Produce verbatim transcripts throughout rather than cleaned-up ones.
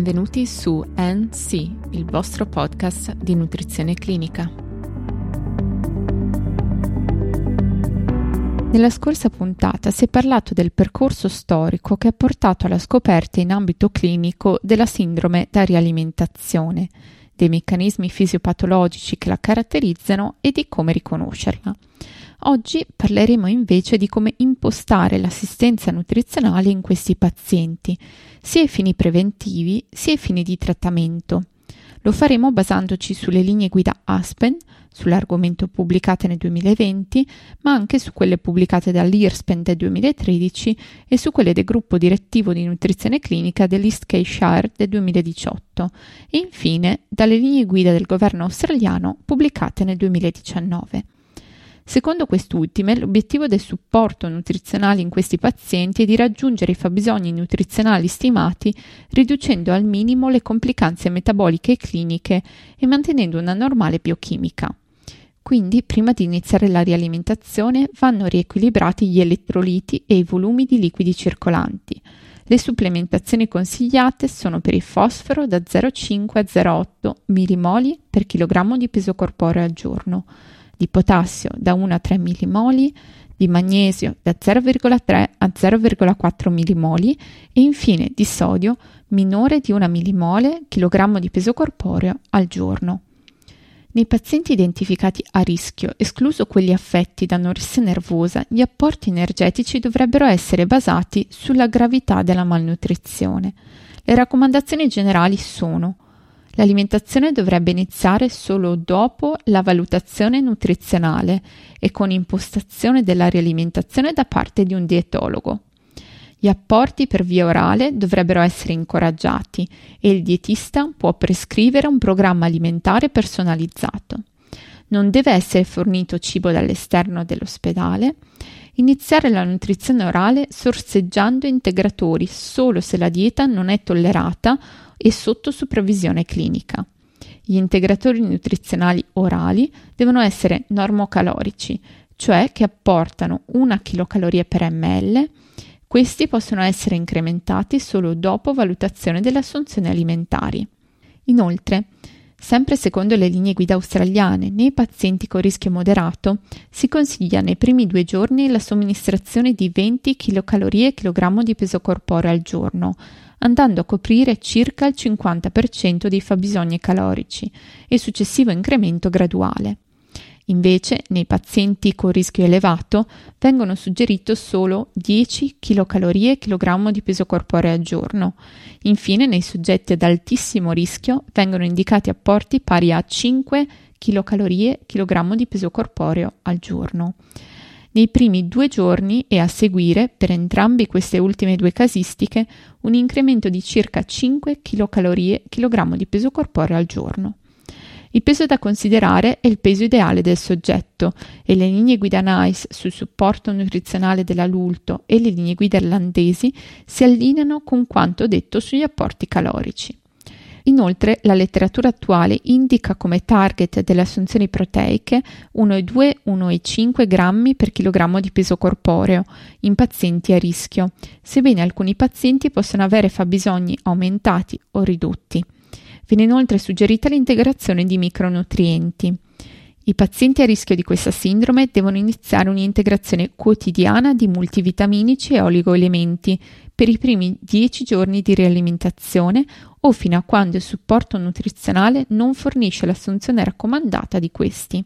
Benvenuti su N C, il vostro podcast di nutrizione clinica. Nella scorsa puntata si è parlato del percorso storico che ha portato alla scoperta in ambito clinico della sindrome da rialimentazione, dei meccanismi fisiopatologici che la caratterizzano e di come riconoscerla. Oggi parleremo invece di come impostare l'assistenza nutrizionale in questi pazienti, sia ai fini preventivi sia ai fini di trattamento. Lo faremo basandoci sulle linee guida Aspen, sull'argomento pubblicate nel duemilaventi, ma anche su quelle pubblicate dall'I R S P E N del duemilatredici e su quelle del gruppo direttivo di nutrizione clinica dell'East Cheshire del duemiladiciotto e infine dalle linee guida del governo australiano pubblicate nel duemiladiciannove. Secondo quest'ultime, l'obiettivo del supporto nutrizionale in questi pazienti è di raggiungere i fabbisogni nutrizionali stimati riducendo al minimo le complicanze metaboliche e cliniche e mantenendo una normale biochimica. Quindi, prima di iniziare la rialimentazione, vanno riequilibrati gli elettroliti e i volumi di liquidi circolanti. Le supplementazioni consigliate sono per il fosforo da zero virgola cinque a zero virgola otto millimoli per chilogrammo di peso corporeo al giorno, di potassio da uno a tre millimoli, di magnesio da zero virgola tre a zero virgola quattro millimoli e infine di sodio minore di uno millimole chilogrammo di peso corporeo al giorno. Nei pazienti identificati a rischio, escluso quelli affetti da anoressia nervosa, gli apporti energetici dovrebbero essere basati sulla gravità della malnutrizione. Le raccomandazioni generali sono: l'alimentazione dovrebbe iniziare solo dopo la valutazione nutrizionale e con impostazione della rialimentazione da parte di un dietologo. Gli apporti per via orale dovrebbero essere incoraggiati e il dietista può prescrivere un programma alimentare personalizzato. Non deve essere fornito cibo dall'esterno dell'ospedale. Iniziare la nutrizione orale sorseggiando integratori solo se la dieta non è tollerata e sotto supervisione clinica. Gli integratori nutrizionali orali devono essere normocalorici, cioè che apportano una chilocaloria per ml. Questi possono essere incrementati solo dopo valutazione delle assunzioni alimentari. Inoltre, sempre secondo le linee guida australiane, nei pazienti con rischio moderato si consiglia nei primi due giorni la somministrazione di venti chilocalorie chilogrammo di peso corporeo al giorno, andando a coprire circa il cinquanta per cento dei fabbisogni calorici e successivo incremento graduale. Invece, nei pazienti con rischio elevato vengono suggerito solo dieci chilocalorie chilogrammo di peso corporeo al giorno. Infine, nei soggetti ad altissimo rischio vengono indicati apporti pari a cinque chilocalorie chilogrammo di peso corporeo al giorno. Nei primi due giorni e a seguire, per entrambi queste ultime due casistiche, un incremento di circa cinque chilocalorie chilogrammo di peso corporeo al giorno. Il peso da considerare è il peso ideale del soggetto e le linee guida NICE sul supporto nutrizionale dell'adulto e le linee guida irlandesi si allineano con quanto detto sugli apporti calorici. Inoltre, la letteratura attuale indica come target delle assunzioni proteiche uno virgola due - uno virgola cinque grammi per chilogrammo di peso corporeo in pazienti a rischio, sebbene alcuni pazienti possano avere fabbisogni aumentati o ridotti. Viene inoltre suggerita l'integrazione di micronutrienti. I pazienti a rischio di questa sindrome devono iniziare un'integrazione quotidiana di multivitaminici e oligoelementi per i primi dieci giorni di rialimentazione o fino a quando il supporto nutrizionale non fornisce l'assunzione raccomandata di questi.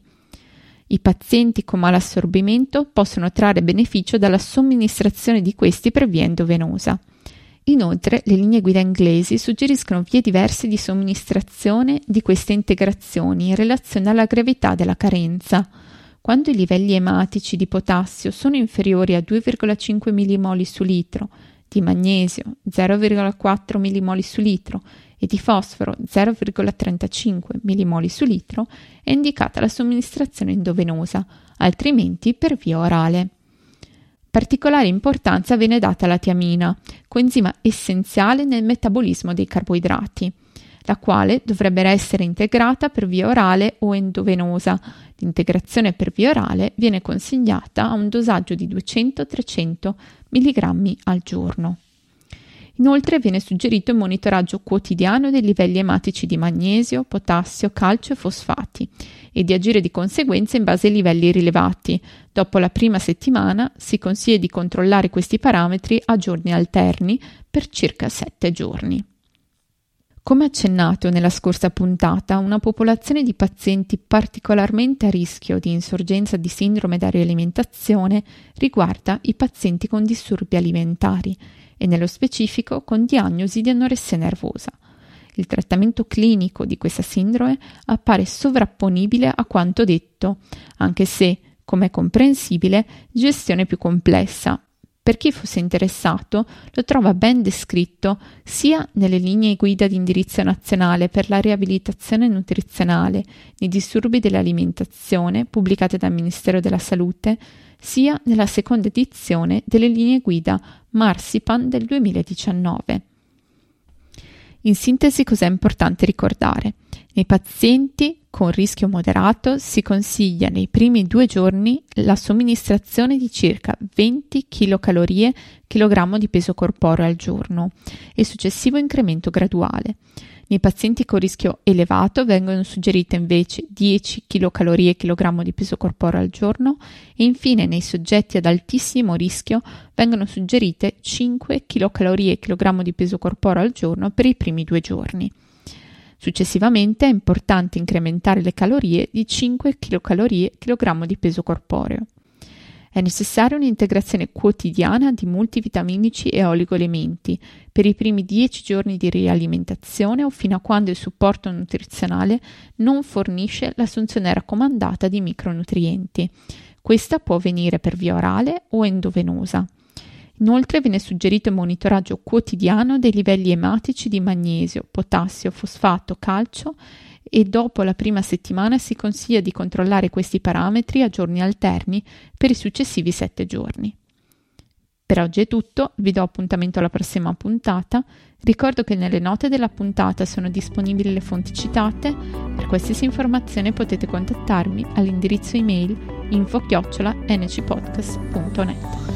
I pazienti con malassorbimento possono trarre beneficio dalla somministrazione di questi per via endovenosa. Inoltre, le linee guida inglesi suggeriscono vie diverse di somministrazione di queste integrazioni in relazione alla gravità della carenza. Quando i livelli ematici di potassio sono inferiori a due virgola cinque millimoli su litro, di magnesio zero virgola quattro millimoli su litro e di fosforo zero virgola trentacinque millimoli su litro, è indicata la somministrazione endovenosa, altrimenti per via orale. Particolare importanza viene data alla tiamina, coenzima essenziale nel metabolismo dei carboidrati, la quale dovrebbe essere integrata per via orale o endovenosa. L'integrazione per via orale viene consigliata a un dosaggio di duecento trecento milligrammi al giorno. Inoltre viene suggerito il monitoraggio quotidiano dei livelli ematici di magnesio, potassio, calcio e fosfati e di agire di conseguenza in base ai livelli rilevati. Dopo la prima settimana si consiglia di controllare questi parametri a giorni alterni per circa sette giorni. Come accennato nella scorsa puntata, una popolazione di pazienti particolarmente a rischio di insorgenza di sindrome da rialimentazione riguarda i pazienti con disturbi alimentari e nello specifico con diagnosi di anoressia nervosa. Il trattamento clinico di questa sindrome appare sovrapponibile a quanto detto, anche se, come è comprensibile, gestione più complessa. Per chi fosse interessato, lo trova ben descritto sia nelle linee guida di indirizzo nazionale per la riabilitazione nutrizionale nei disturbi dell'alimentazione pubblicate dal Ministero della Salute, sia nella seconda edizione delle linee guida Marsipan del duemiladiciannove. In sintesi, cos'è importante ricordare? Nei pazienti con rischio moderato si consiglia nei primi due giorni la somministrazione di circa venti chilocalorie chilogrammo di peso corporeo al giorno e successivo incremento graduale. Nei pazienti con rischio elevato vengono suggerite invece dieci chilocalorie chilogrammo di peso corporeo al giorno e infine nei soggetti ad altissimo rischio vengono suggerite cinque chilocalorie chilogrammo di peso corporeo al giorno per i primi due giorni. Successivamente è importante incrementare le calorie di cinque chilocalorie chilogrammo di peso corporeo. È necessaria un'integrazione quotidiana di multivitaminici e oligoelementi per i primi dieci giorni di rialimentazione o fino a quando il supporto nutrizionale non fornisce l'assunzione raccomandata di micronutrienti. Questa può avvenire per via orale o endovenosa. Inoltre viene suggerito il monitoraggio quotidiano dei livelli ematici di magnesio, potassio, fosfato, calcio e dopo la prima settimana si consiglia di controllare questi parametri a giorni alterni per i successivi sette giorni. Per oggi è tutto, vi do appuntamento alla prossima puntata. Ricordo che nelle note della puntata sono disponibili le fonti citate. Per qualsiasi informazione potete contattarmi all'indirizzo email info chiocciola n c podcast punto net.